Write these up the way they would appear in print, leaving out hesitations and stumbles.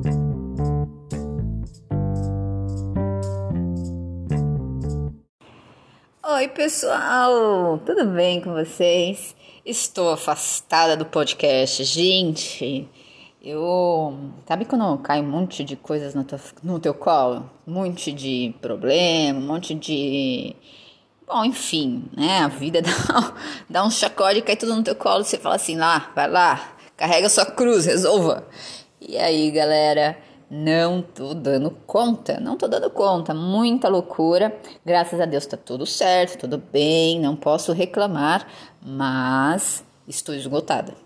Oi pessoal, tudo bem com vocês? Estou afastada do podcast, gente. Sabe quando cai um monte de coisas no teu colo? Um monte de problema, um monte de... Bom, enfim, né? A vida dá um sacode, cai tudo no teu colo e você fala assim, vai lá, carrega sua cruz, resolva. E aí, galera... Não tô dando conta, muita loucura. Graças a Deus tá tudo certo, tudo bem, não posso reclamar, mas estou esgotada.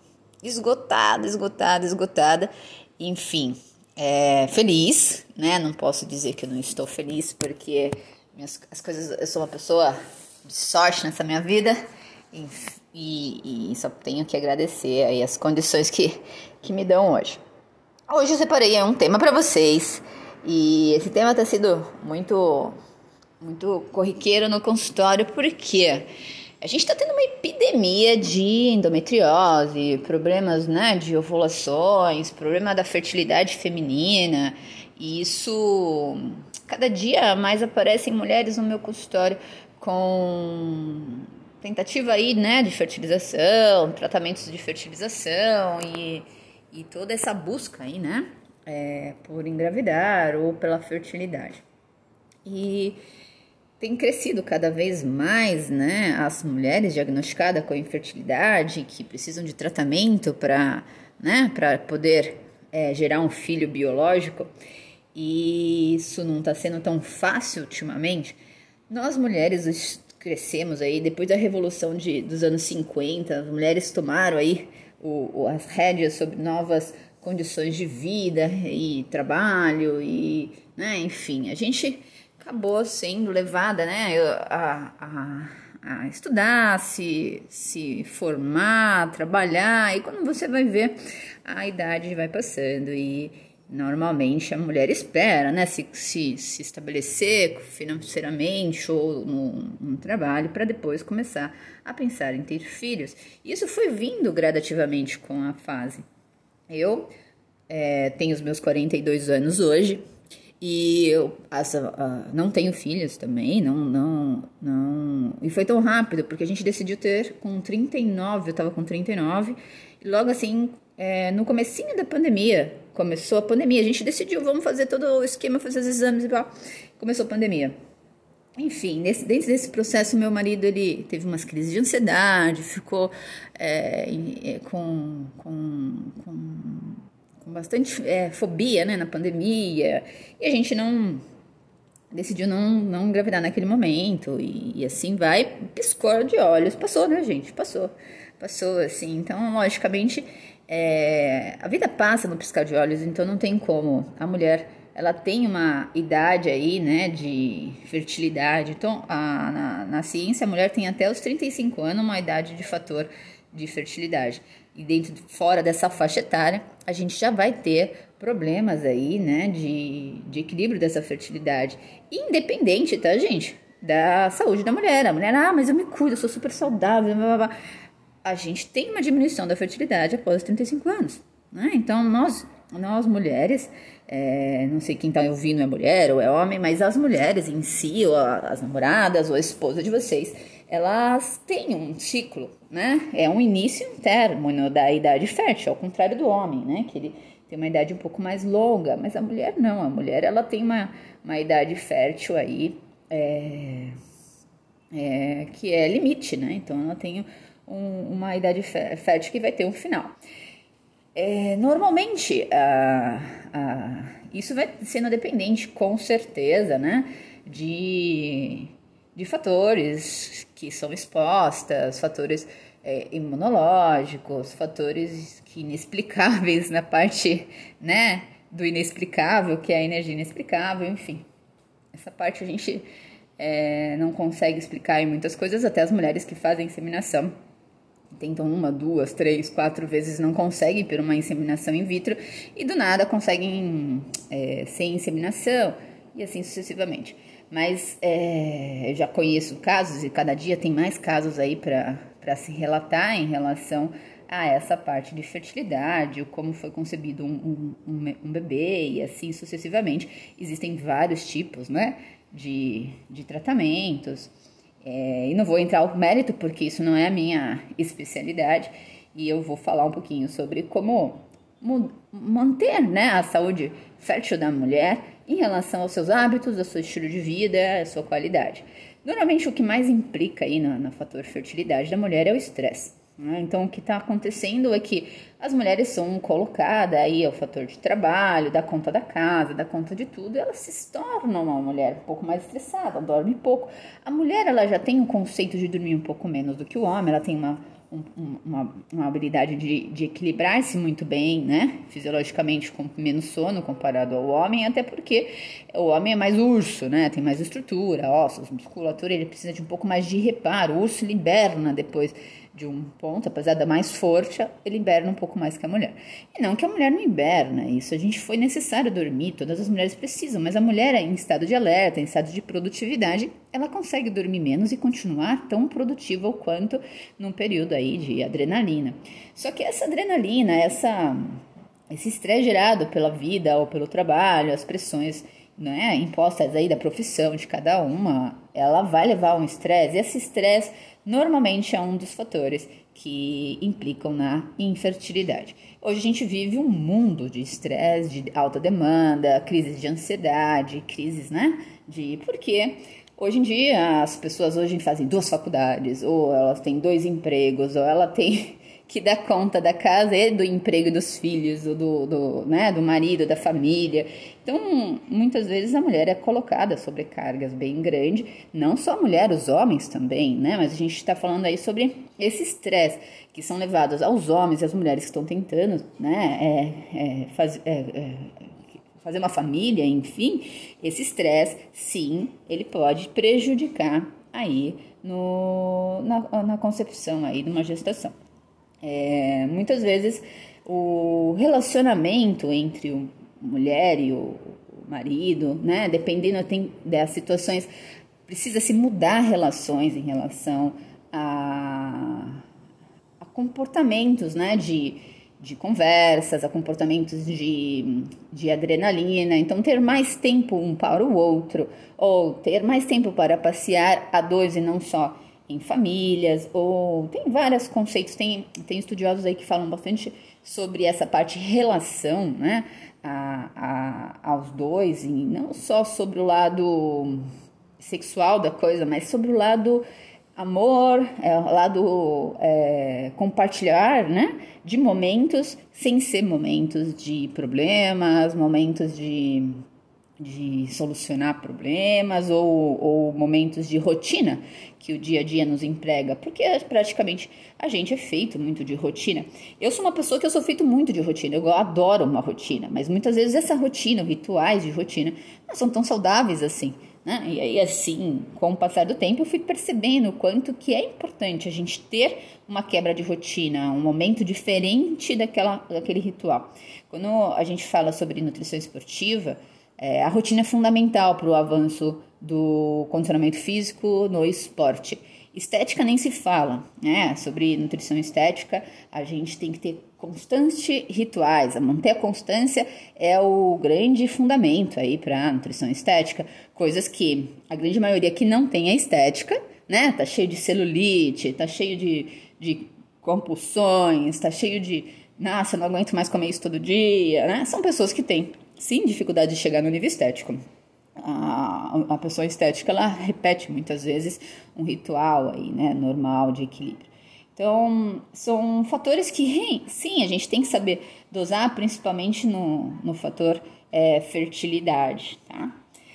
Esgotada. Enfim, feliz, né? Não posso dizer que eu não estou feliz, porque as coisas, eu sou uma pessoa de sorte nessa minha vida e só tenho que agradecer aí as condições que me dão hoje. Hoje eu separei um tema para vocês e esse tema está sendo muito corriqueiro no consultório porque a gente está tendo uma epidemia de endometriose, problemas, né, de ovulações, problema da fertilidade feminina e isso cada dia mais aparecem mulheres no meu consultório com tentativa aí, né, de fertilização, tratamentos de fertilização e toda essa busca aí, né, por engravidar ou pela fertilidade. E tem crescido cada vez mais, né, as mulheres diagnosticadas com infertilidade que precisam de tratamento para poder gerar um filho biológico. E isso não está sendo tão fácil ultimamente. Nós mulheres crescemos aí, depois da Revolução dos anos 50, as mulheres tomaram aí as rédeas sobre novas condições de vida e trabalho e, né, enfim, a gente acabou sendo levada, né, a estudar, se formar, trabalhar e quando você vai ver a idade vai passando e normalmente a mulher espera, né, se estabelecer financeiramente ou no trabalho para depois começar a pensar em ter filhos. Isso foi vindo gradativamente com a fase. Eu tenho os meus 42 anos hoje e eu não tenho filhos também, não, e foi tão rápido porque a gente decidiu ter com 39, eu estava com 39 e logo assim, no comecinho da pandemia, começou a pandemia, a gente decidiu, vamos fazer todo o esquema, fazer os exames e tal, começou a pandemia. Enfim, dentro desse processo, meu marido, ele teve umas crises de ansiedade, ficou com bastante fobia, né, na pandemia, e a gente decidiu não engravidar naquele momento, e assim vai, piscou de olhos, passou, né, gente, passou assim, então, logicamente, a vida passa no piscar de olhos, então não tem como, a mulher, ela tem uma idade aí, né, de fertilidade, então, na ciência, a mulher tem até os 35 anos uma idade de fator de fertilidade, e fora dessa faixa etária, a gente já vai ter problemas aí, né, de equilíbrio dessa fertilidade, independente, tá, gente, da saúde da mulher. A mulher, mas eu me cuido, eu sou super saudável, blá, blá, blá. A gente tem uma diminuição da fertilidade após os 35 anos, né? Então, nós mulheres, não sei quem tá ouvindo é mulher ou é homem, mas as mulheres em si, ou as namoradas ou a esposa de vocês, elas têm um ciclo, né? É um início e um término da idade fértil, ao contrário do homem, né? Que ele tem uma idade um pouco mais longa, mas a mulher não. A mulher, ela tem uma idade fértil aí, que é limite, né? Então, ela tem uma idade fértil que vai ter um final. Normalmente, isso vai sendo dependente, com certeza, né? De fatores que são expostos, fatores imunológicos, fatores inexplicáveis na parte, né, do inexplicável, que é a energia inexplicável, enfim. Essa parte a gente não consegue explicar em muitas coisas, até as mulheres que fazem inseminação tentam 1, 2, 3, 4 vezes, não conseguem por uma inseminação in vitro e do nada conseguem sem inseminação e assim sucessivamente. Mas eu já conheço casos e cada dia tem mais casos aí para se relatar em relação a essa parte de fertilidade, como foi concebido um bebê e assim sucessivamente. Existem vários tipos, né, de tratamentos, e não vou entrar no mérito porque isso não é a minha especialidade, e eu vou falar um pouquinho sobre como manter, né, a saúde fértil da mulher em relação aos seus hábitos, ao seu estilo de vida, à sua qualidade. Normalmente o que mais implica aí no fator fertilidade da mulher é o estresse. Então, o que está acontecendo é que as mulheres são colocadas aí ao fator de trabalho, da conta da casa, da conta de tudo, e elas se tornam uma mulher um pouco mais estressada, dorme pouco. A mulher, ela já tem um conceito de dormir um pouco menos do que o homem, ela tem uma habilidade de equilibrar-se muito bem, né, fisiologicamente, com menos sono comparado ao homem, até porque o homem é mais urso, né, tem mais estrutura, ossos, musculatura, ele precisa de um pouco mais de reparo. O urso ele hiberna depois de um ponto, apesar da mais forte, ele hiberna um pouco mais que a mulher. E não que a mulher não hiberna, isso a gente foi necessário dormir, todas as mulheres precisam, mas a mulher em estado de alerta, em estado de produtividade, ela consegue dormir menos e continuar tão produtiva quanto num período aí de adrenalina. Só que essa adrenalina, esse estresse gerado pela vida ou pelo trabalho, as pressões, né, impostas aí da profissão de cada uma, ela vai levar a um estresse, e esse estresse normalmente é um dos fatores que implicam na infertilidade. Hoje a gente vive um mundo de estresse, de alta demanda, crises de ansiedade, crises, né, porque hoje em dia as pessoas hoje fazem 2 faculdades, ou elas têm 2 empregos, ou ela tem que dá conta da casa e do emprego dos filhos, do marido, da família. Então, muitas vezes a mulher é colocada sobre cargas bem grandes, não só a mulher, os homens também, né? Mas a gente está falando aí sobre esse estresse que são levados aos homens e às mulheres que estão tentando, né, fazer uma família, enfim. Esse estresse, sim, ele pode prejudicar aí na concepção aí de uma gestação. Muitas vezes o relacionamento entre a mulher e o marido, né, dependendo das situações, precisa se mudar relações em relação a comportamentos, né, de conversas, a comportamentos de adrenalina. Então, ter mais tempo um para o outro, ou ter mais tempo para passear a 2 e não só em famílias, ou tem vários conceitos, tem estudiosos aí que falam bastante sobre essa parte de relação, né, aos dois, e não só sobre o lado sexual da coisa, mas sobre o lado amor, o lado compartilhar, né, de momentos sem ser momentos de problemas, momentos de solucionar problemas ou momentos de rotina que o dia a dia nos emprega, porque praticamente a gente é feito muito de rotina. Eu sou uma pessoa que eu sou feito muito de rotina, eu adoro uma rotina, mas muitas vezes essa rotina, rituais de rotina, não são tão saudáveis assim, né? E aí assim, com o passar do tempo, eu fui percebendo o quanto que é importante a gente ter uma quebra de rotina, um momento diferente daquele ritual. Quando a gente fala sobre nutrição esportiva, a rotina é fundamental para o avanço do condicionamento físico no esporte. Estética nem se fala, né? Sobre nutrição estética, a gente tem que ter constante rituais. Manter a constância é o grande fundamento aí para a nutrição estética. Coisas que a grande maioria que não tem a estética, né? Tá cheio de celulite, tá cheio de compulsões, tá cheio de, nossa, eu não aguento mais comer isso todo dia, né? São pessoas que têm, sim, dificuldade de chegar no nível estético. A pessoa estética, ela repete muitas vezes um ritual aí, né, normal de equilíbrio. Então, são fatores que, sim, a gente tem que saber dosar, principalmente no fator fertilidade, tá?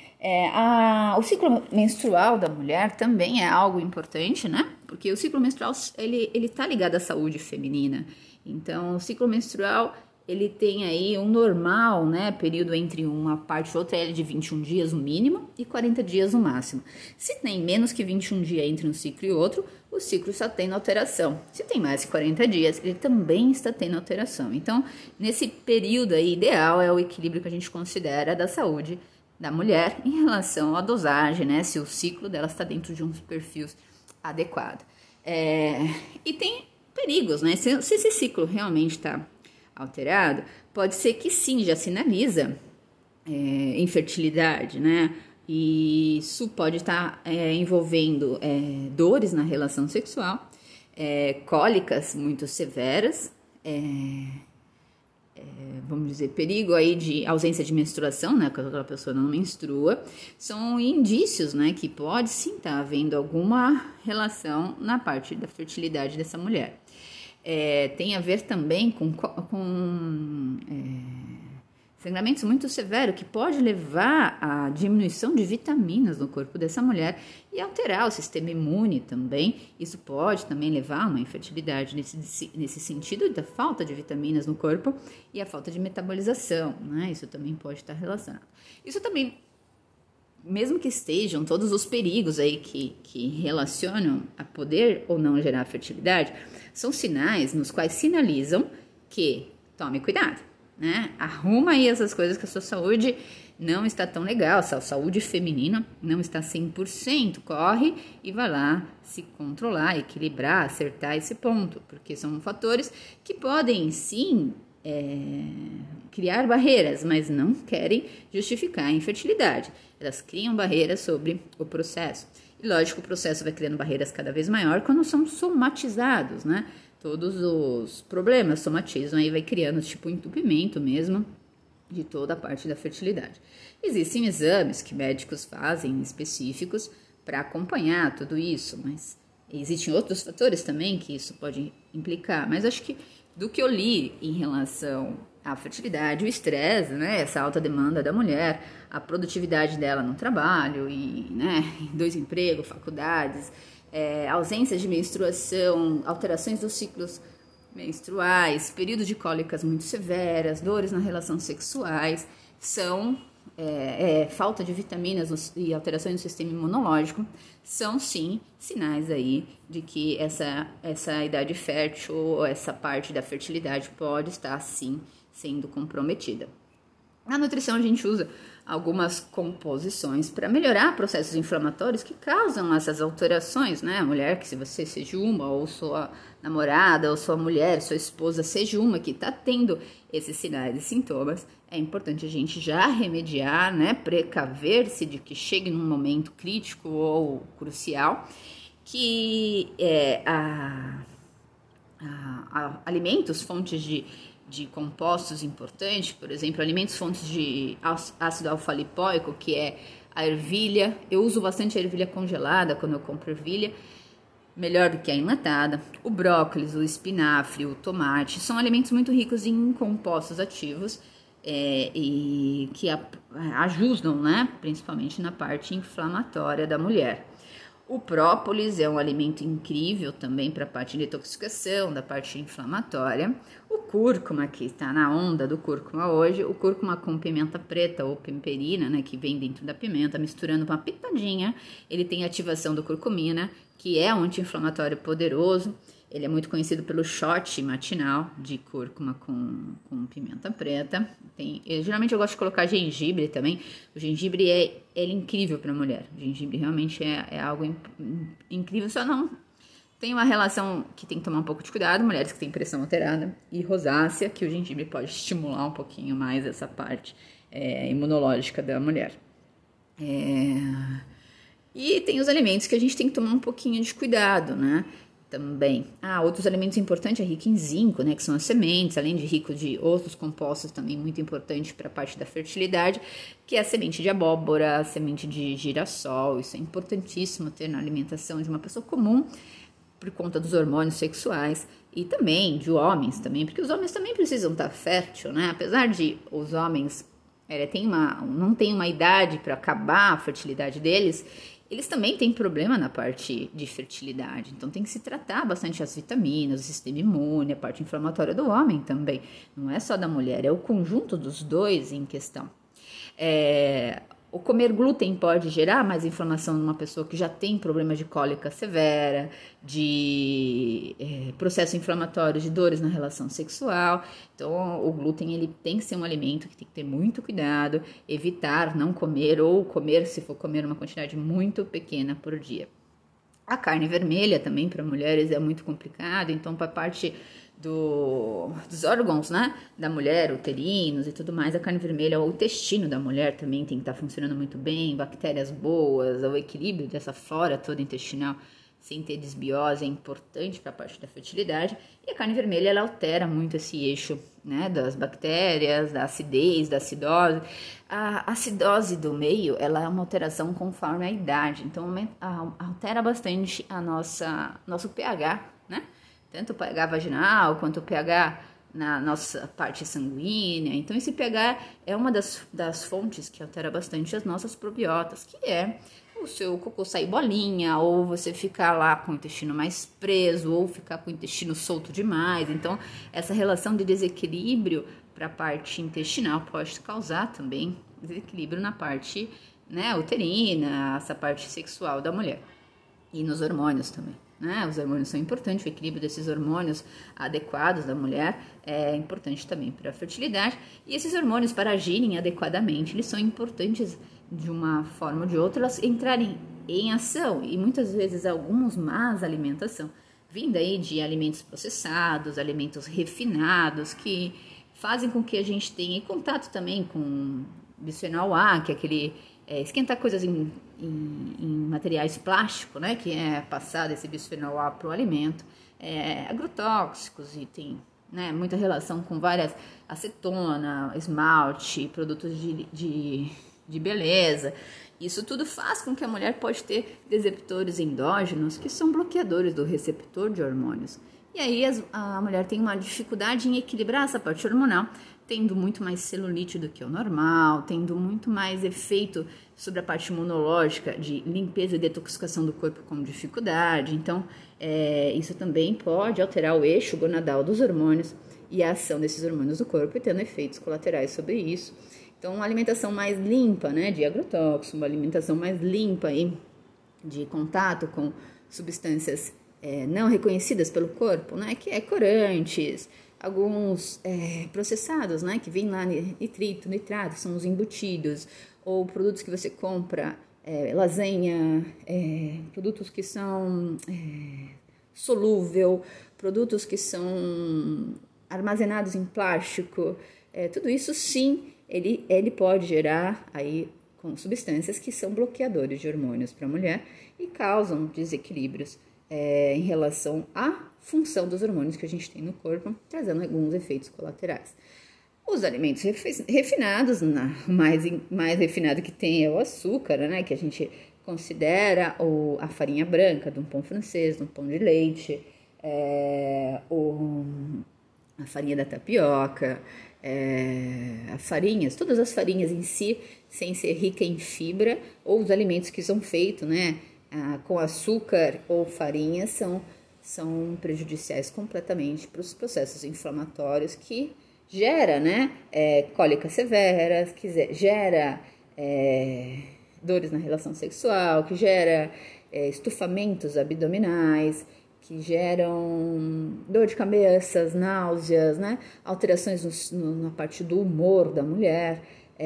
O ciclo menstrual da mulher também é algo importante, né? Porque o ciclo menstrual, ele tá ligado à saúde feminina. Então, o ciclo menstrual, ele tem aí um normal, né, período entre uma parte e outra, é de 21 dias no mínimo e 40 dias no máximo. Se tem menos que 21 dias entre um ciclo e outro, o ciclo está tendo alteração. Se tem mais que 40 dias, ele também está tendo alteração. Então, nesse período aí, ideal é o equilíbrio que a gente considera da saúde da mulher em relação à dosagem, né, se o ciclo dela está dentro de uns perfis adequados. E tem perigos, né? Se esse ciclo realmente está alterado, pode ser que sim, já sinaliza infertilidade, né? E isso pode estar envolvendo dores na relação sexual, cólicas muito severas, vamos dizer, perigo aí de ausência de menstruação, né, quando aquela pessoa não menstrua, são indícios, né, que pode sim estar havendo alguma relação na parte da fertilidade dessa mulher. Tem a ver também com sangramentos muito severos, que pode levar à diminuição de vitaminas no corpo dessa mulher e alterar o sistema imune também. Isso pode também levar a uma infertilidade nesse sentido da falta de vitaminas no corpo e a falta de metabolização, né? Isso também pode estar relacionado. Isso também, mesmo que estejam todos os perigos aí que relacionam a poder ou não gerar fertilidade, são sinais nos quais sinalizam que tome cuidado, né? Arruma aí essas coisas, que a sua saúde não está tão legal, a saúde feminina não está 100%, corre e vai lá se controlar, equilibrar, acertar esse ponto, porque são fatores que podem sim criar barreiras, mas não querem justificar a infertilidade. Elas criam barreiras sobre o processo. E lógico, o processo vai criando barreiras cada vez maior quando são somatizados, né? Todos os problemas somatizam, aí vai criando tipo entupimento mesmo de toda a parte da fertilidade. Existem exames que médicos fazem específicos para acompanhar tudo isso, mas existem outros fatores também que isso pode implicar. Mas acho que do que eu li em relação à fertilidade, o estresse, né, essa alta demanda da mulher, a produtividade dela no trabalho e, né, 2 empregos, faculdades, ausência de menstruação, alterações dos ciclos menstruais, período de cólicas muito severas, dores na relação sexuais, são falta de vitaminas e alterações no sistema imunológico, são sim sinais aí de que essa idade fértil ou essa parte da fertilidade pode estar sim sendo comprometida. Na nutrição a gente usa algumas composições para melhorar processos inflamatórios que causam essas alterações, né? A mulher, que se você seja uma, ou sua namorada, ou sua mulher, sua esposa, seja uma que está tendo esses sinais e sintomas, é importante a gente já remediar, né? Precaver-se de que chegue num momento crítico ou crucial, que alimentos, fontes de compostos importantes, por exemplo, alimentos fontes de ácido alfa-lipoico, que é a ervilha. Eu uso bastante a ervilha congelada quando eu compro ervilha, melhor do que a enlatada. O brócolis, o espinafre, o tomate, são alimentos muito ricos em compostos ativos e que ajudam, né, principalmente na parte inflamatória da mulher. O própolis é um alimento incrível também para a parte de detoxificação, da parte inflamatória. O cúrcuma, que está na onda do cúrcuma hoje, o cúrcuma com pimenta preta ou pimperina, né, que vem dentro da pimenta, misturando com uma pitadinha, ele tem ativação do curcumina, que é um anti-inflamatório poderoso. Ele é muito conhecido pelo shot matinal de cúrcuma com pimenta preta. Geralmente eu gosto de colocar gengibre também. O gengibre é incrível para a mulher. O gengibre realmente é algo incrível, só não tem uma relação que tem que tomar um pouco de cuidado. Mulheres que têm pressão alterada e rosácea, que o gengibre pode estimular um pouquinho mais essa parte imunológica da mulher. E tem os alimentos que a gente tem que tomar um pouquinho de cuidado, né? Também. Outros alimentos importantes é rico em zinco, né, que são as sementes, além de rico de outros compostos também muito importantes para a parte da fertilidade, que é a semente de abóbora, a semente de girassol. Isso é importantíssimo ter na alimentação de uma pessoa comum por conta dos hormônios sexuais e também de homens também, porque os homens também precisam estar fértil, né? Apesar de os homens não tem uma idade para acabar a fertilidade deles, eles também têm problema na parte de fertilidade, então tem que se tratar bastante as vitaminas, o sistema imune, a parte inflamatória do homem também. Não é só da mulher, é o conjunto dos dois em questão. O comer glúten pode gerar mais inflamação numa pessoa que já tem problema de cólica severa, de processo inflamatório, de dores na relação sexual. Então, o glúten ele tem que ser um alimento que tem que ter muito cuidado, evitar não comer ou comer, se for comer, uma quantidade muito pequena por dia. A carne vermelha também para mulheres é muito complicado, então para parte dos órgãos, né, da mulher, uterinos e tudo mais, a carne vermelha, o intestino da mulher também tem que estar funcionando muito bem, bactérias boas, o equilíbrio dessa flora toda intestinal sem ter desbiose é importante para a parte da fertilidade. E a carne vermelha, ela altera muito esse eixo, né, das bactérias, da acidez, da acidose. A acidose do meio, ela é uma alteração conforme a idade, então altera bastante nosso pH, né? Tanto o pH vaginal quanto o pH na nossa parte sanguínea. Então, esse pH é uma das fontes que altera bastante as nossas probiotas, que é o seu cocô sair bolinha, ou você ficar lá com o intestino mais preso, ou ficar com o intestino solto demais. Então, essa relação de desequilíbrio para a parte intestinal pode causar também desequilíbrio na parte, né, uterina, essa parte sexual da mulher. E nos hormônios também, né? Os hormônios são importantes, o equilíbrio desses hormônios adequados da mulher é importante também para a fertilidade. E esses hormônios, para agirem adequadamente, eles são importantes de uma forma ou de outra, elas entrarem em ação. E muitas vezes algumas más alimentação, vindo aí de alimentos processados, alimentos refinados, que fazem com que a gente tenha contato também com bisfenol A, que é aquele esquentar coisas em materiais plásticos, né, que é passado esse bisfenol A para o alimento, agrotóxicos, e tem, né, muita relação com várias acetona, esmalte, produtos de beleza. Isso tudo faz com que a mulher pode ter receptores endógenos que são bloqueadores do receptor de hormônios. E aí a mulher tem uma dificuldade em equilibrar essa parte hormonal, tendo muito mais celulite do que o normal, tendo muito mais efeito sobre a parte imunológica de limpeza e detoxificação do corpo com dificuldade. Então, isso também pode alterar o eixo gonadal dos hormônios e a ação desses hormônios do corpo, e tendo efeitos colaterais sobre isso. Então, uma alimentação mais limpa, né, de agrotóxicos, uma alimentação mais limpa aí, de contato com substâncias não reconhecidas pelo corpo, né, que é corantes, alguns processados, né, que vem lá nitrito, nitrato, são os embutidos, ou produtos que você compra, lasanha, produtos que são solúvel, produtos que são armazenados em plástico, tudo isso sim, ele pode gerar aí com substâncias que são bloqueadores de hormônios para a mulher e causam desequilíbrios em relação à função dos hormônios que a gente tem no corpo, trazendo alguns efeitos colaterais. Os alimentos refinados, o mais refinado que tem é o açúcar, né, que a gente considera a farinha branca, de um pão francês, de um pão de leite, a farinha da tapioca, todas as farinhas em si, sem ser rica em fibra, ou os alimentos que são feitos, né, com açúcar ou farinha, são prejudiciais completamente para os processos inflamatórios que gera, né, cólicas severas, que gera dores na relação sexual, que gera estufamentos abdominais, que geram dor de cabeça, náuseas, né, alterações na parte do humor da mulher,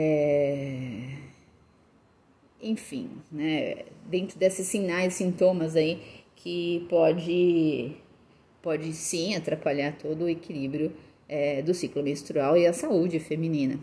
enfim, né, dentro desses sinais, sintomas aí que pode sim atrapalhar todo o equilíbrio do ciclo menstrual e a saúde feminina.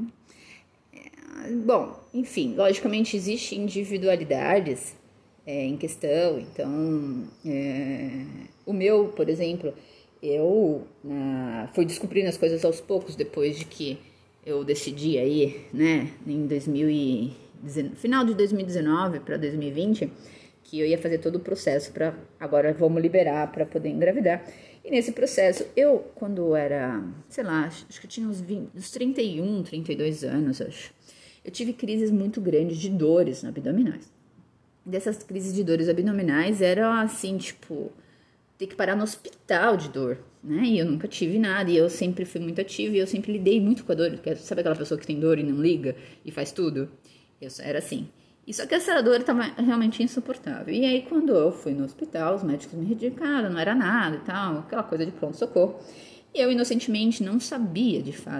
Bom, enfim, logicamente existem individualidades em questão, então o meu, por exemplo, eu fui descobrindo as coisas aos poucos depois de que eu decidi aí, né, final de 2019 para 2020, que eu ia fazer todo o processo para agora vamos liberar para poder engravidar. E nesse processo, eu, quando era, sei lá, acho que eu tinha uns 31, 32 anos, acho, eu tive crises muito grandes de dores abdominais. Dessas crises de dores abdominais eram assim, tipo, ter que parar no hospital de dor, né? E eu nunca tive nada, e eu sempre fui muito ativa, e eu sempre lidei muito com a dor. Sabe aquela pessoa que tem dor e não liga e faz tudo? Eu era assim. E só que essa dor estava realmente insuportável. E aí, quando eu fui no hospital, os médicos me medicaram, não era nada e tal, aquela coisa de pronto-socorro. E eu, inocentemente, não sabia, de fato,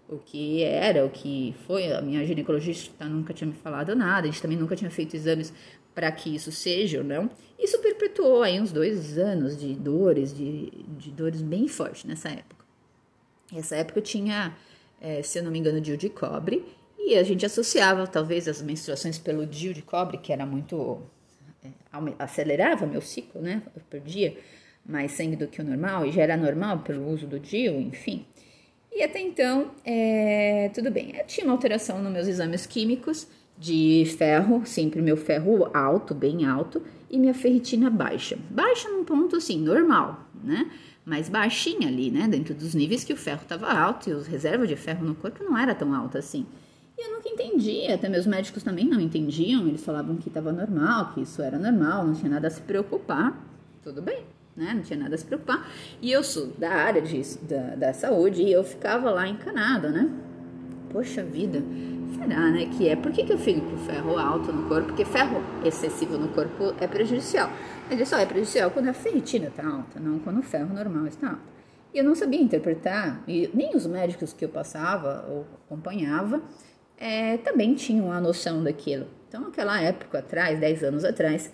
o que era, o que foi. A minha ginecologista nunca tinha me falado nada, a gente também nunca tinha feito exames para que isso seja ou não. Isso perpetuou aí uns 2 anos de dores, de dores bem fortes nessa época. Nessa época eu tinha, se eu não me engano, DIU de cobre, e a gente associava talvez as menstruações pelo DIU de cobre, que era muito... acelerava meu ciclo, né? Eu perdia mais sangue do que o normal, e já era normal pelo uso do DIU, enfim. E até então, tudo bem. Eu tinha uma alteração nos meus exames químicos de ferro, sempre meu ferro alto, bem alto, e minha ferritina baixa. Baixa num ponto, assim, normal, né? Mas baixinha ali, né? Dentro dos níveis que o ferro estava alto e os reservas de ferro no corpo não era tão alta assim. E eu nunca entendia, até meus médicos também não entendiam, eles falavam que estava normal, que isso era normal, não tinha nada a se preocupar, tudo bem, né? Não tinha nada a se preocupar. E eu sou da área da saúde e eu ficava lá encanada, né? Poxa vida, será, né, que é? Por que eu fico com ferro alto no corpo? Porque ferro excessivo no corpo é prejudicial. Mas ele só é prejudicial quando a ferritina está alta, não quando o ferro normal está alto. E eu não sabia interpretar, e nem os médicos que eu passava ou acompanhava também tinham a noção daquilo. Então, naquela época atrás, 10 anos atrás,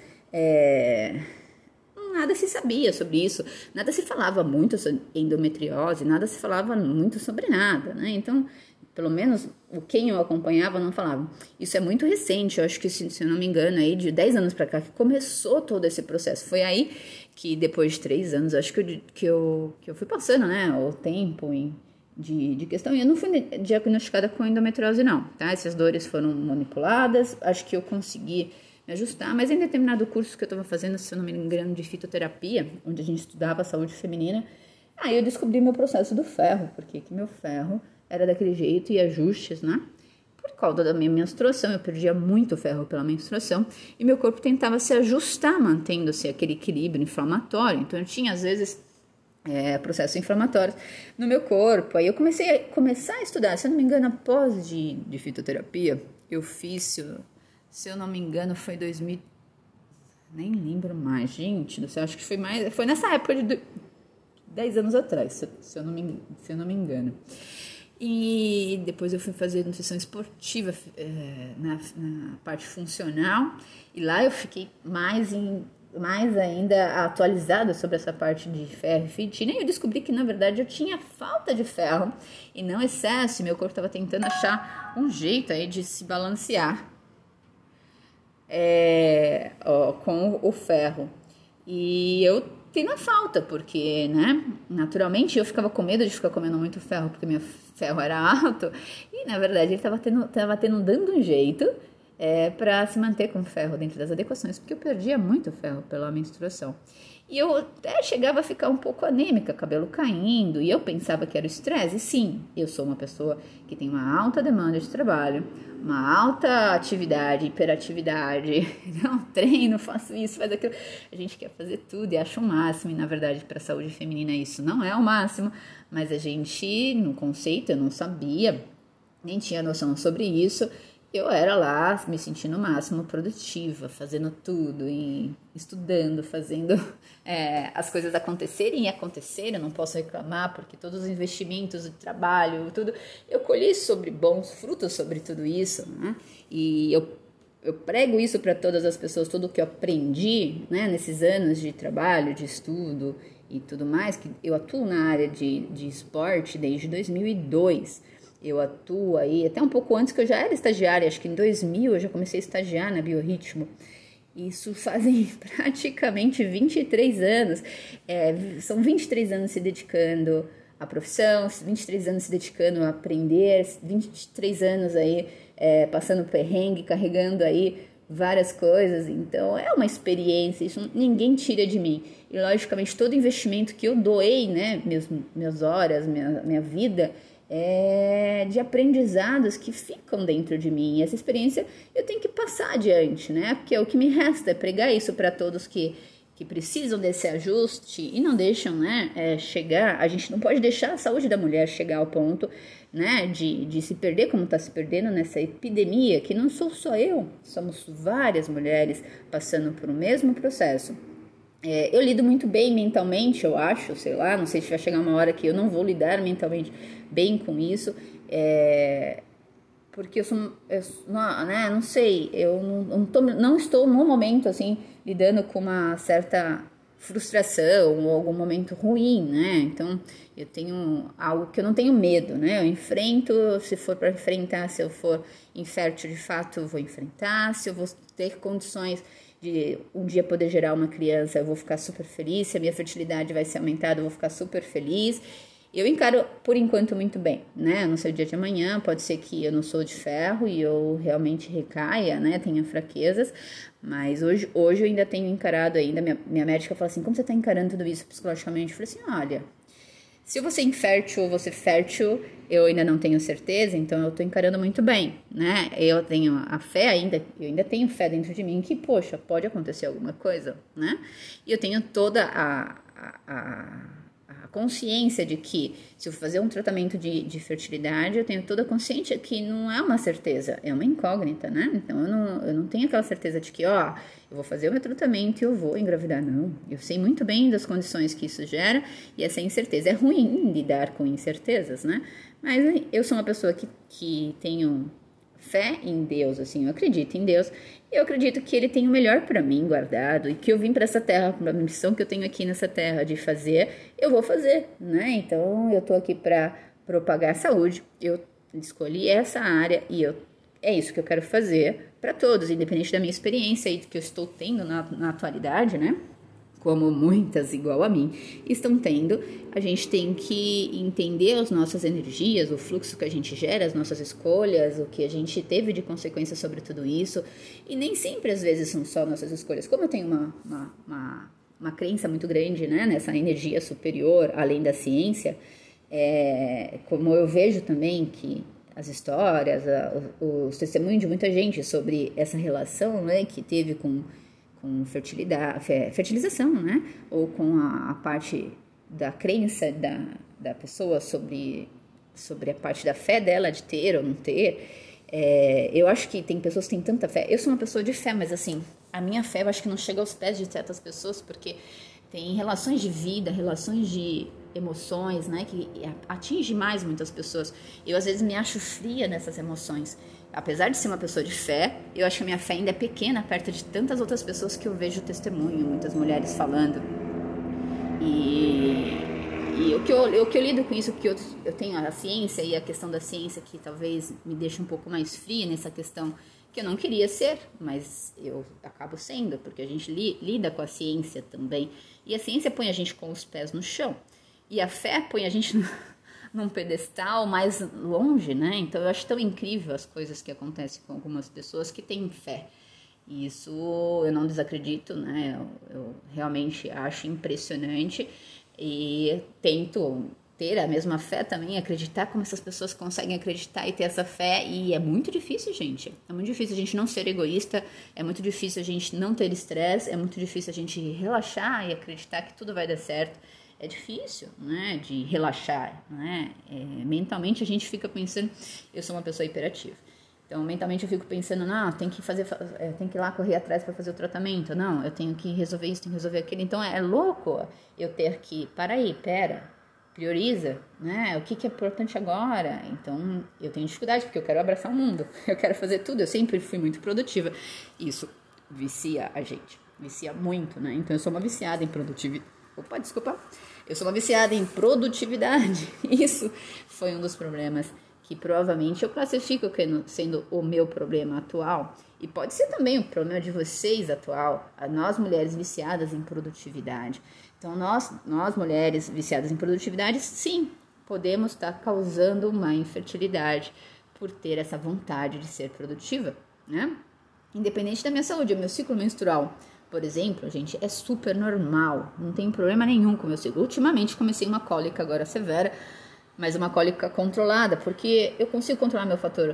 nada se sabia sobre isso, nada se falava muito sobre endometriose, nada se falava muito sobre nada, né? Então, pelo menos quem eu acompanhava não falava. Isso é muito recente, eu acho que, se eu não me engano, aí de 10 anos para cá que começou todo esse processo. Foi aí que depois de 3 anos, acho que eu fui passando, né, o tempo de questão, e eu não fui diagnosticada com endometriose não, tá? Essas dores foram manipuladas, acho que eu consegui me ajustar, mas em determinado curso que eu estava fazendo, se eu não me engano, de fitoterapia, onde a gente estudava a saúde feminina, aí eu descobri meu processo do ferro, porque que meu ferro era daquele jeito e ajustes, né? Por causa da minha menstruação, eu perdia muito ferro pela menstruação e meu corpo tentava se ajustar, mantendo-se aquele equilíbrio inflamatório. Então eu tinha, às vezes, processos inflamatórios no meu corpo. Aí eu começar a estudar, se eu não me engano, após de fitoterapia, eu fiz, se eu não me engano, foi 2000, nem lembro mais, gente do céu, acho que foi nessa época de 10 anos atrás, se eu não me engano. E depois eu fui fazer nutrição esportiva na parte funcional, e lá eu fiquei mais ainda atualizada sobre essa parte de ferro e ferritina, e eu descobri que na verdade eu tinha falta de ferro e não excesso, e meu corpo estava tentando achar um jeito aí de se balancear com o ferro. E eu tenho a falta, porque, né, naturalmente eu ficava com medo de ficar comendo muito ferro, porque meu ferro era alto, e na verdade ele tava dando um jeito para se manter com ferro dentro das adequações, porque eu perdia muito ferro pela menstruação. E eu até chegava a ficar um pouco anêmica, cabelo caindo, e eu pensava que era o estresse. E sim, eu sou uma pessoa que tem uma alta demanda de trabalho, uma alta atividade, hiperatividade, não treino, faço isso, faz aquilo. A gente quer fazer tudo e acha o máximo, e na verdade para a saúde feminina isso não é o máximo, mas a gente, no conceito, eu não sabia, nem tinha noção sobre isso. Eu era lá me sentindo o máximo produtiva, fazendo tudo, e estudando, fazendo as coisas acontecerem, eu não posso reclamar, porque todos os investimentos de trabalho, tudo, eu colhi bons frutos sobre tudo isso, né? E eu prego isso para todas as pessoas, tudo que eu aprendi, né, nesses anos de trabalho, de estudo e tudo mais, que eu atuo na área de esporte desde 2002. Eu atuo aí, até um pouco antes que eu já era estagiária, acho que em 2000 eu já comecei a estagiar na Biorritmo. Isso fazem praticamente 23 anos. São 23 anos se dedicando à profissão, 23 anos se dedicando a aprender, 23 anos aí passando perrengue, carregando aí várias coisas. Então é uma experiência, isso ninguém tira de mim. E logicamente todo investimento que eu doei, né, minhas horas, minha vida, de aprendizados que ficam dentro de mim. E essa experiência eu tenho que passar adiante, né? Porque o que me resta é pregar isso para todos que precisam desse ajuste e não deixam, né, chegar. A gente não pode deixar a saúde da mulher chegar ao ponto, né, de se perder como está se perdendo nessa epidemia, que não sou só eu, somos várias mulheres passando por o mesmo processo. Eu lido muito bem mentalmente, eu acho, sei lá, não sei se vai chegar uma hora que eu não vou lidar mentalmente bem com isso, porque não sei, eu não estou no momento, assim, lidando com uma certa frustração ou algum momento ruim, né? Então, eu tenho algo que eu não tenho medo, né? Eu enfrento, se for para enfrentar, se eu for infértil de fato, eu vou enfrentar, se eu vou ter condições de um dia poder gerar uma criança, eu vou ficar super feliz, se a minha fertilidade vai ser aumentada, eu vou ficar super feliz. Eu encaro, por enquanto, muito bem, né? Não sei o dia de amanhã, pode ser que eu não sou de ferro e eu realmente recaia, né? Tenha fraquezas, mas hoje eu ainda tenho encarado ainda, minha médica fala assim, como você está encarando tudo isso psicologicamente? Eu falei assim, olha, se eu vou ser infértil ou vou ser fértil, eu ainda não tenho certeza, então eu tô encarando muito bem, né? Eu tenho a fé ainda, eu ainda tenho fé dentro de mim que, poxa, pode acontecer alguma coisa, né? E eu tenho toda a consciência de que se eu fazer um tratamento de fertilidade, eu tenho toda a consciência que não é uma certeza, é uma incógnita, né? Então eu não tenho aquela certeza de que, ó, eu vou fazer o meu tratamento e eu vou engravidar, não. Eu sei muito bem das condições que isso gera e essa incerteza. É ruim lidar com incertezas, né? Mas eu sou uma pessoa que tenho fé em Deus, assim, eu acredito em Deus. Eu acredito que Ele tem o melhor para mim guardado e que eu vim para essa terra, para a missão que eu tenho aqui nessa terra de fazer, eu vou fazer, né? Então eu tô aqui para propagar a saúde. Eu escolhi essa área e é isso que eu quero fazer para todos, independente da minha experiência e que eu estou tendo na atualidade, né? Como muitas igual a mim estão tendo, a gente tem que entender as nossas energias, o fluxo que a gente gera, as nossas escolhas, o que a gente teve de consequência sobre tudo isso. E nem sempre, às vezes, são só nossas escolhas. Como eu tenho uma crença muito grande, né, nessa energia superior, além da ciência, como eu vejo também que as histórias, os testemunhos de muita gente sobre essa relação, né, que teve com fertilidade, fertilização, né? Ou com a parte da crença da pessoa sobre a parte da fé dela de ter ou não ter. Eu acho que tem pessoas que têm tanta fé. Eu sou uma pessoa de fé, mas assim, a minha fé eu acho que não chega aos pés de certas pessoas, porque tem relações de vida, relações de emoções, né, que atinge mais muitas pessoas. Eu às vezes me acho fria nessas emoções. Apesar de ser uma pessoa de fé, eu acho que a minha fé ainda é pequena perto de tantas outras pessoas que eu vejo testemunho, muitas mulheres falando. E o que eu lido com isso, porque eu tenho a ciência e a questão da ciência que talvez me deixe um pouco mais fria nessa questão que eu não queria ser, mas eu acabo sendo, porque a gente lida com a ciência também. E a ciência põe a gente com os pés no chão. E a fé põe a gente num pedestal mais longe, né? Então eu acho tão incrível as coisas que acontecem com algumas pessoas que têm fé. E isso eu não desacredito, né? Eu realmente acho impressionante e tento ter a mesma fé também, acreditar como essas pessoas conseguem acreditar e ter essa fé. E é muito difícil, gente. É muito difícil a gente não ser egoísta, é muito difícil a gente não ter estresse, é muito difícil a gente relaxar e acreditar que tudo vai dar certo. É difícil, né, de relaxar, né? Mentalmente a gente fica pensando, eu sou uma pessoa hiperativa, então mentalmente eu fico pensando, não, tem que ir lá correr atrás para fazer o tratamento, não, eu tenho que resolver isso, tenho que resolver aquilo, então é louco eu ter que, prioriza, né, o que é importante agora, então eu tenho dificuldade porque eu quero abraçar o mundo, eu quero fazer tudo, eu sempre fui muito produtiva, isso vicia a gente, vicia muito, né, então eu sou uma viciada em produtividade. Eu sou uma viciada em produtividade. Isso foi um dos problemas que provavelmente eu classifico sendo o meu problema atual. E pode ser também o problema de vocês atual, nós mulheres viciadas em produtividade. Então nós mulheres viciadas em produtividade, sim, podemos estar causando uma infertilidade por ter essa vontade de ser produtiva, né? Independente da minha saúde, o meu ciclo menstrual, por exemplo, gente, é super normal, não tem problema nenhum com o meu ciclo. Ultimamente comecei uma cólica agora severa, mas uma cólica controlada, porque eu consigo controlar meu fator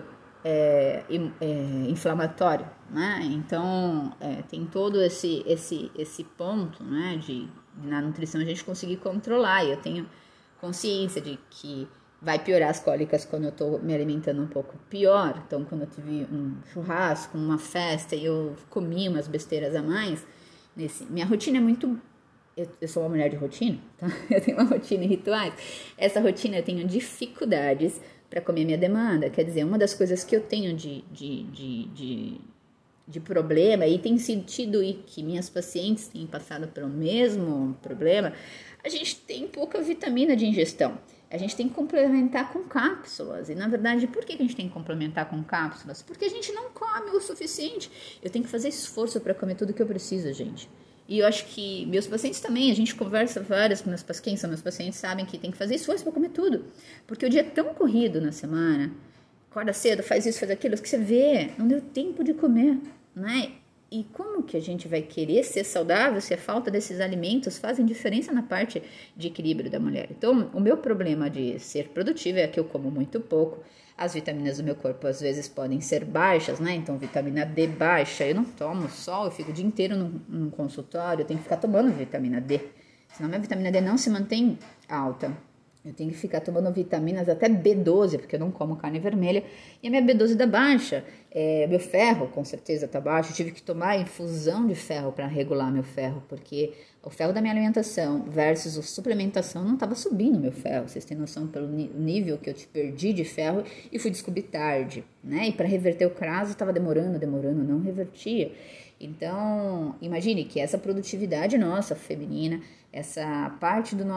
inflamatório, né? Então, tem todo esse ponto, né, na nutrição a gente conseguir controlar. E eu tenho consciência de que vai piorar as cólicas quando eu tô me alimentando um pouco pior. Então, quando eu tive um churrasco, uma festa e eu comi umas besteiras a mais, minha rotina é muito eu sou uma mulher de rotina, tá? Eu tenho uma rotina e rituais. Essa rotina eu tenho dificuldades para comer minha demanda. Quer dizer, uma das coisas que eu tenho de problema, e tem sentido e que minhas pacientes têm passado pelo mesmo problema, a gente tem pouca vitamina de ingestão. A gente tem que complementar com cápsulas. E, na verdade, por que a gente tem que complementar com cápsulas? Porque a gente não come o suficiente. Eu tenho que fazer esforço para comer tudo que eu preciso, gente. E eu acho que meus pacientes também, a gente conversa várias com meus pacientes, quem são meus pacientes sabem que tem que fazer esforço para comer tudo. Porque o dia é tão corrido na semana, acorda cedo, faz isso, faz aquilo, que você vê, não deu tempo de comer, né? E como que a gente vai querer ser saudável se a falta desses alimentos fazem diferença na parte de equilíbrio da mulher? Então, o meu problema de ser produtiva é que eu como muito pouco. As vitaminas do meu corpo às vezes podem ser baixas, né? Então, vitamina D baixa, eu não tomo sol, eu fico o dia inteiro num consultório, eu tenho que ficar tomando vitamina D. Senão minha vitamina D não se mantém alta. Eu tenho que ficar tomando vitaminas até B12, porque eu não como carne vermelha. E a minha B12 dá baixa. Meu ferro, com certeza, tá baixo. Eu tive que tomar infusão de ferro para regular meu ferro, porque o ferro da minha alimentação versus a suplementação não estava subindo meu ferro. Vocês têm noção pelo nível que eu te perdi de ferro e fui descobrir tarde, né? E para reverter o caso estava demorando, não revertia. Então, imagine que essa produtividade nossa, feminina, essa parte do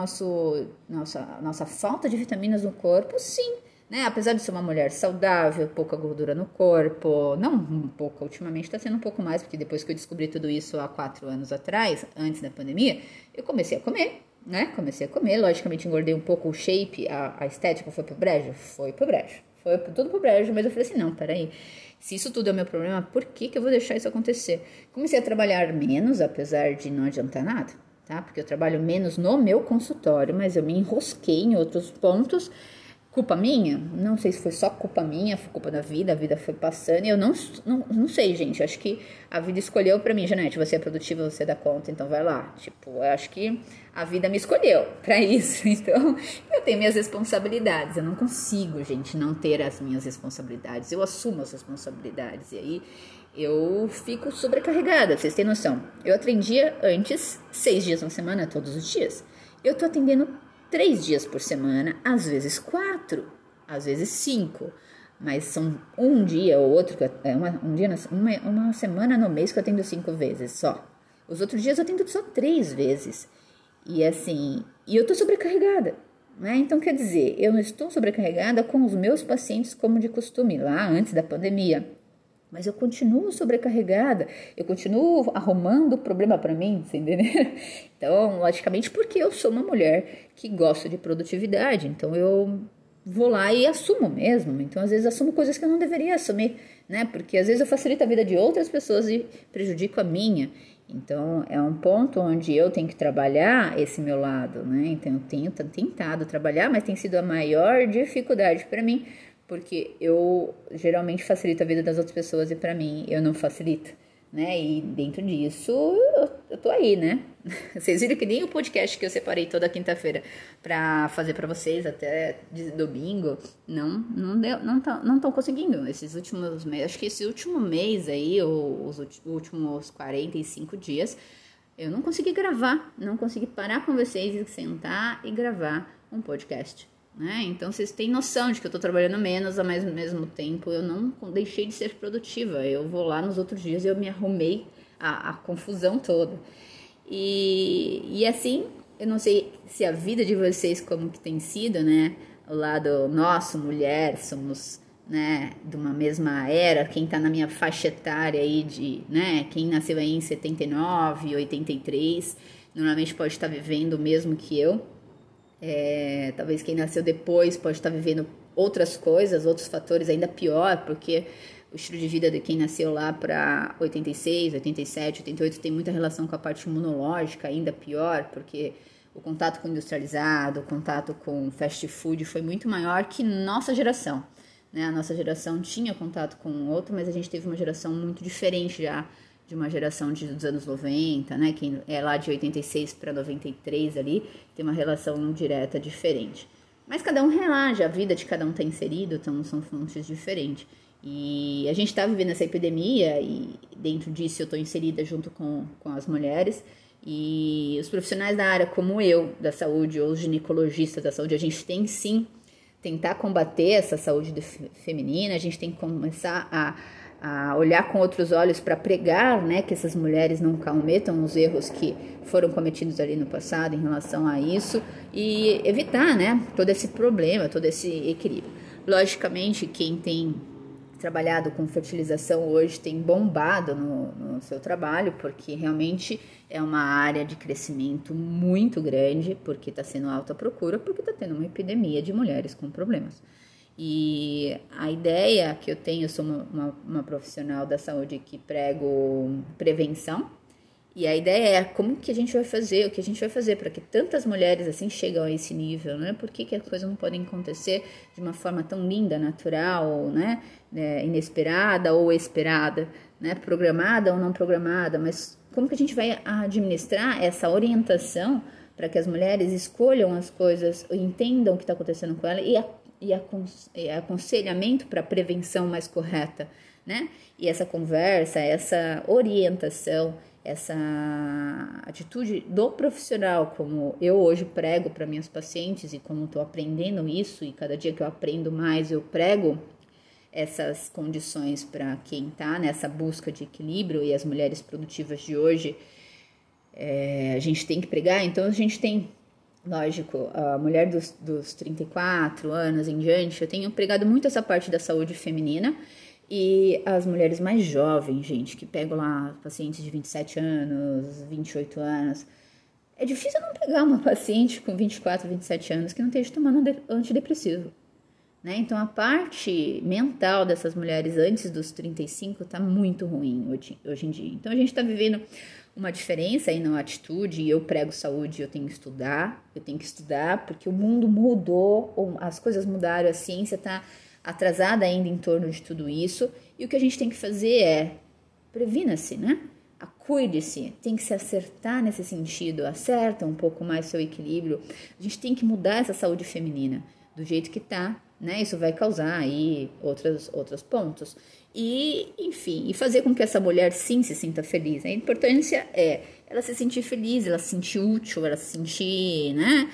nossa falta de vitaminas no corpo, sim, né? Apesar de ser uma mulher saudável, pouca gordura no corpo, não pouca, ultimamente está sendo um pouco mais, porque depois que eu descobri tudo isso há 4 anos atrás, antes da pandemia, eu comecei a comer, né? Comecei a comer, logicamente engordei um pouco o shape, a estética foi pro brejo? Foi tudo pro brejo, mas eu falei assim, não, peraí, se isso tudo é o meu problema, por que eu vou deixar isso acontecer? Comecei a trabalhar menos, apesar de não adiantar nada, tá? Porque eu trabalho menos no meu consultório, mas eu me enrosquei em outros pontos. Culpa minha? Não sei se foi só culpa minha, foi culpa da vida, a vida foi passando e eu não sei, gente. Eu acho que a vida escolheu pra mim, Janete, você é produtiva, você dá conta, então vai lá. Tipo, eu acho que a vida me escolheu pra isso, então eu tenho minhas responsabilidades. Eu não consigo, gente, não ter as minhas responsabilidades. Eu assumo as responsabilidades e aí eu fico sobrecarregada, vocês têm noção. Eu atendia antes 6 dias na semana, todos os dias. Eu tô atendendo 3 dias por semana, às vezes 4, às vezes 5, mas são um dia ou outro, uma semana no mês que eu atendo 5 vezes só. Os outros dias eu atendo só 3 vezes. E assim, e eu tô sobrecarregada, né? Então quer dizer, eu não estou sobrecarregada com os meus pacientes como de costume, lá antes da pandemia. Mas eu continuo sobrecarregada, eu continuo arrumando problema para mim, você entendeu? Então, logicamente, porque eu sou uma mulher que gosta de produtividade, então eu vou lá e assumo mesmo. Então, às vezes, assumo coisas que eu não deveria assumir, né? Porque às vezes eu facilito a vida de outras pessoas e prejudico a minha. Então, é um ponto onde eu tenho que trabalhar esse meu lado, né? Então, eu tenho tentado trabalhar, mas tem sido a maior dificuldade para mim, porque eu geralmente facilito a vida das outras pessoas e pra mim eu não facilito, né? E dentro disso eu tô aí, né? Vocês viram que nem o podcast que eu separei toda quinta-feira pra fazer pra vocês até de domingo, não estão conseguindo esses últimos meses. Acho que esse último mês aí, os últimos 45 dias, eu não consegui gravar, não consegui parar com vocês e sentar e gravar um podcast. Né? Então vocês têm noção de que eu tô trabalhando menos, mas ao mesmo tempo eu não deixei de ser produtiva. Eu vou lá nos outros dias e eu me arrumei a confusão toda. E assim, eu não sei se a vida de vocês como que tem sido, né? O lado nosso, mulher, somos, né, de uma mesma era, quem tá na minha faixa etária aí de, né, quem nasceu aí em 79, 83, normalmente pode estar vivendo o mesmo que eu. Talvez quem nasceu depois pode estar vivendo outras coisas, outros fatores ainda pior, porque o estilo de vida de quem nasceu lá para 86, 87, 88 tem muita relação com a parte imunológica, ainda pior, porque o contato com o industrializado, o contato com fast food foi muito maior que nossa geração, né? A nossa geração tinha contato com outro, mas a gente teve uma geração muito diferente já de uma geração dos anos 90, né? Quem é lá de 86 para 93 ali, tem uma relação direta diferente. Mas cada um relaxa, a vida de cada um está inserido, então são fontes diferentes. E a gente está vivendo essa epidemia e dentro disso eu estou inserida junto com as mulheres. E os profissionais da área como eu, da saúde, ou os ginecologistas da saúde, a gente tem sim tentar combater essa saúde feminina, a gente tem que começar a olhar com outros olhos para pregar, né, que essas mulheres não cometam os erros que foram cometidos ali no passado em relação a isso e evitar, né, todo esse problema, todo esse equilíbrio. Logicamente, quem tem trabalhado com fertilização hoje tem bombado no seu trabalho, porque realmente é uma área de crescimento muito grande, porque está sendo alta procura, porque está tendo uma epidemia de mulheres com problemas. E a ideia que eu tenho, eu sou uma profissional da saúde que prego prevenção, e a ideia é como que a gente vai fazer, o que a gente vai fazer para que tantas mulheres assim chegam a esse nível, né? Por que as coisas não podem acontecer de uma forma tão linda, natural, né? Inesperada ou esperada, né? Programada ou não programada, mas como que a gente vai administrar essa orientação para que as mulheres escolham as coisas, entendam o que está acontecendo com ela e aconselhamento para a prevenção mais correta, né? E essa conversa, essa orientação, essa atitude do profissional, como eu hoje prego para minhas pacientes e como estou aprendendo isso, e cada dia que eu aprendo mais eu prego essas condições para quem está nessa busca de equilíbrio, e as mulheres produtivas de hoje, a gente tem que pregar. Então a gente tem, lógico, a mulher dos 34 anos em diante, eu tenho pregado muito essa parte da saúde feminina. E as mulheres mais jovens, gente, que pegam lá pacientes de 27 anos, 28 anos. É difícil não pegar uma paciente com 24, 27 anos que não esteja tomando antidepressivo, né? Então, a parte mental dessas mulheres antes dos 35 está muito ruim hoje em dia. Então, a gente está vivendo uma diferença aí na atitude. Eu prego saúde, eu tenho que estudar, porque o mundo mudou, as coisas mudaram, a ciência está atrasada ainda em torno de tudo isso, e o que a gente tem que fazer é previna-se, né? Cuide-se, tem que se acertar nesse sentido, acerta um pouco mais seu equilíbrio. A gente tem que mudar essa saúde feminina do jeito que tá, né? Isso vai causar aí outros pontos. E, enfim, e fazer com que essa mulher sim se sinta feliz. A importância é ela se sentir feliz, ela se sentir útil, ela se sentir, né,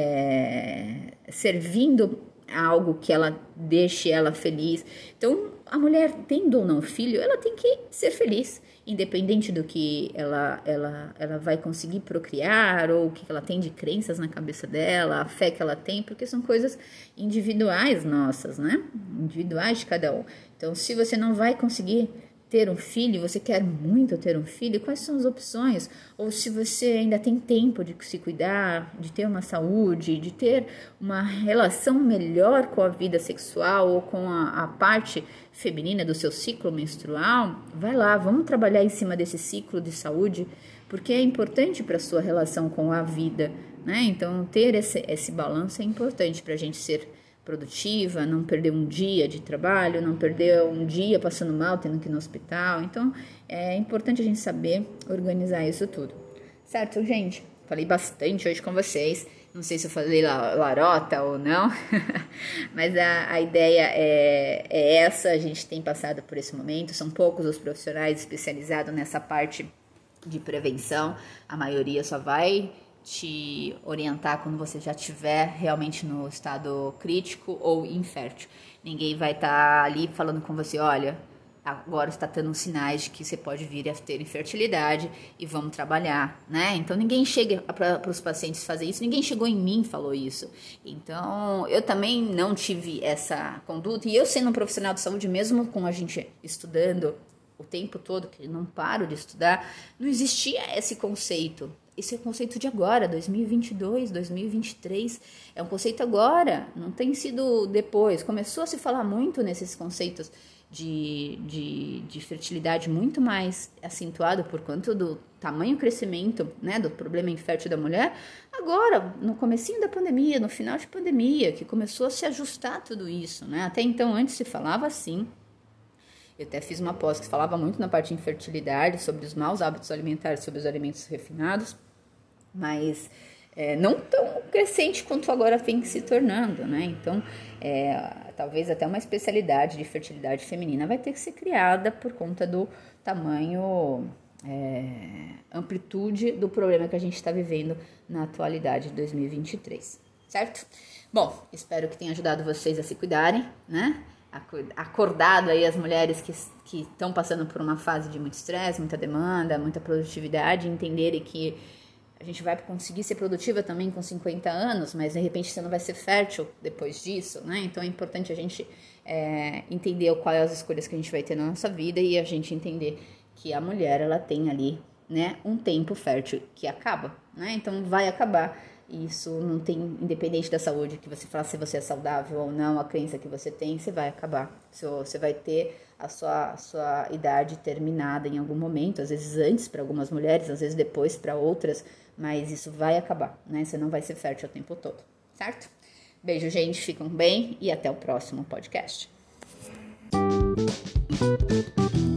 servindo algo que ela deixe ela feliz. Então, a mulher, tendo ou não filho, ela tem que ser feliz, independente do que ela vai conseguir procriar, ou o que ela tem de crenças na cabeça dela, a fé que ela tem, porque são coisas individuais nossas, né? Individuais de cada um. Então, se você não vai conseguir ter um filho, você quer muito ter um filho, quais são as opções? Ou se você ainda tem tempo de se cuidar, de ter uma saúde, de ter uma relação melhor com a vida sexual ou com a parte feminina do seu ciclo menstrual, vai lá, vamos trabalhar em cima desse ciclo de saúde, porque é importante para a sua relação com a vida, né? Então, ter esse balanço é importante para a gente ser produtiva, não perder um dia de trabalho, não perder um dia passando mal, tendo que ir no hospital. Então, é importante a gente saber organizar isso tudo. Certo, gente? Falei bastante hoje com vocês. Não sei se eu falei larota ou não, mas a ideia é essa. A gente tem passado por esse momento. São poucos os profissionais especializados nessa parte de prevenção. A maioria só vai te orientar quando você já estiver realmente no estado crítico ou infértil. Ninguém vai estar ali falando com você, olha, agora está tendo sinais de que você pode vir a ter infertilidade e vamos trabalhar, né? Então, ninguém chega para os pacientes fazer isso, ninguém chegou em mim e falou isso. Então, eu também não tive essa conduta, e eu sendo um profissional de saúde, mesmo com a gente estudando o tempo todo, que não paro de estudar, não existia esse conceito. Esse é o conceito de agora, 2022, 2023, é um conceito agora, não tem sido depois. Começou a se falar muito nesses conceitos de fertilidade muito mais acentuado por conta do tamanho crescimento, né, do problema infértil da mulher, agora, no comecinho da pandemia, no final de pandemia, que começou a se ajustar tudo isso, né? Até então, antes se falava assim. Eu até fiz uma pós que falava muito na parte de infertilidade, sobre os maus hábitos alimentares, sobre os alimentos refinados, mas não tão crescente quanto agora vem se tornando, né? Então, talvez até uma especialidade de fertilidade feminina vai ter que ser criada por conta do tamanho amplitude do problema que a gente está vivendo na atualidade de 2023, certo? Bom, espero que tenha ajudado vocês a se cuidarem, né? Acordado aí as mulheres que estão passando por uma fase de muito estresse, muita demanda, muita produtividade, entenderem que a gente vai conseguir ser produtiva também com 50 anos, mas de repente você não vai ser fértil depois disso, né? Então é importante a gente entender quais as escolhas que a gente vai ter na nossa vida e a gente entender que a mulher, ela tem ali, né, um tempo fértil que acaba, né? Então vai acabar. Isso não tem, independente da saúde, que você fala se você é saudável ou não, a crença que você tem, você vai acabar. Você vai ter a sua idade terminada em algum momento, às vezes antes para algumas mulheres, às vezes depois para outras, mas isso vai acabar, né? Você não vai ser fértil o tempo todo, certo? Beijo, gente, ficam bem e até o próximo podcast.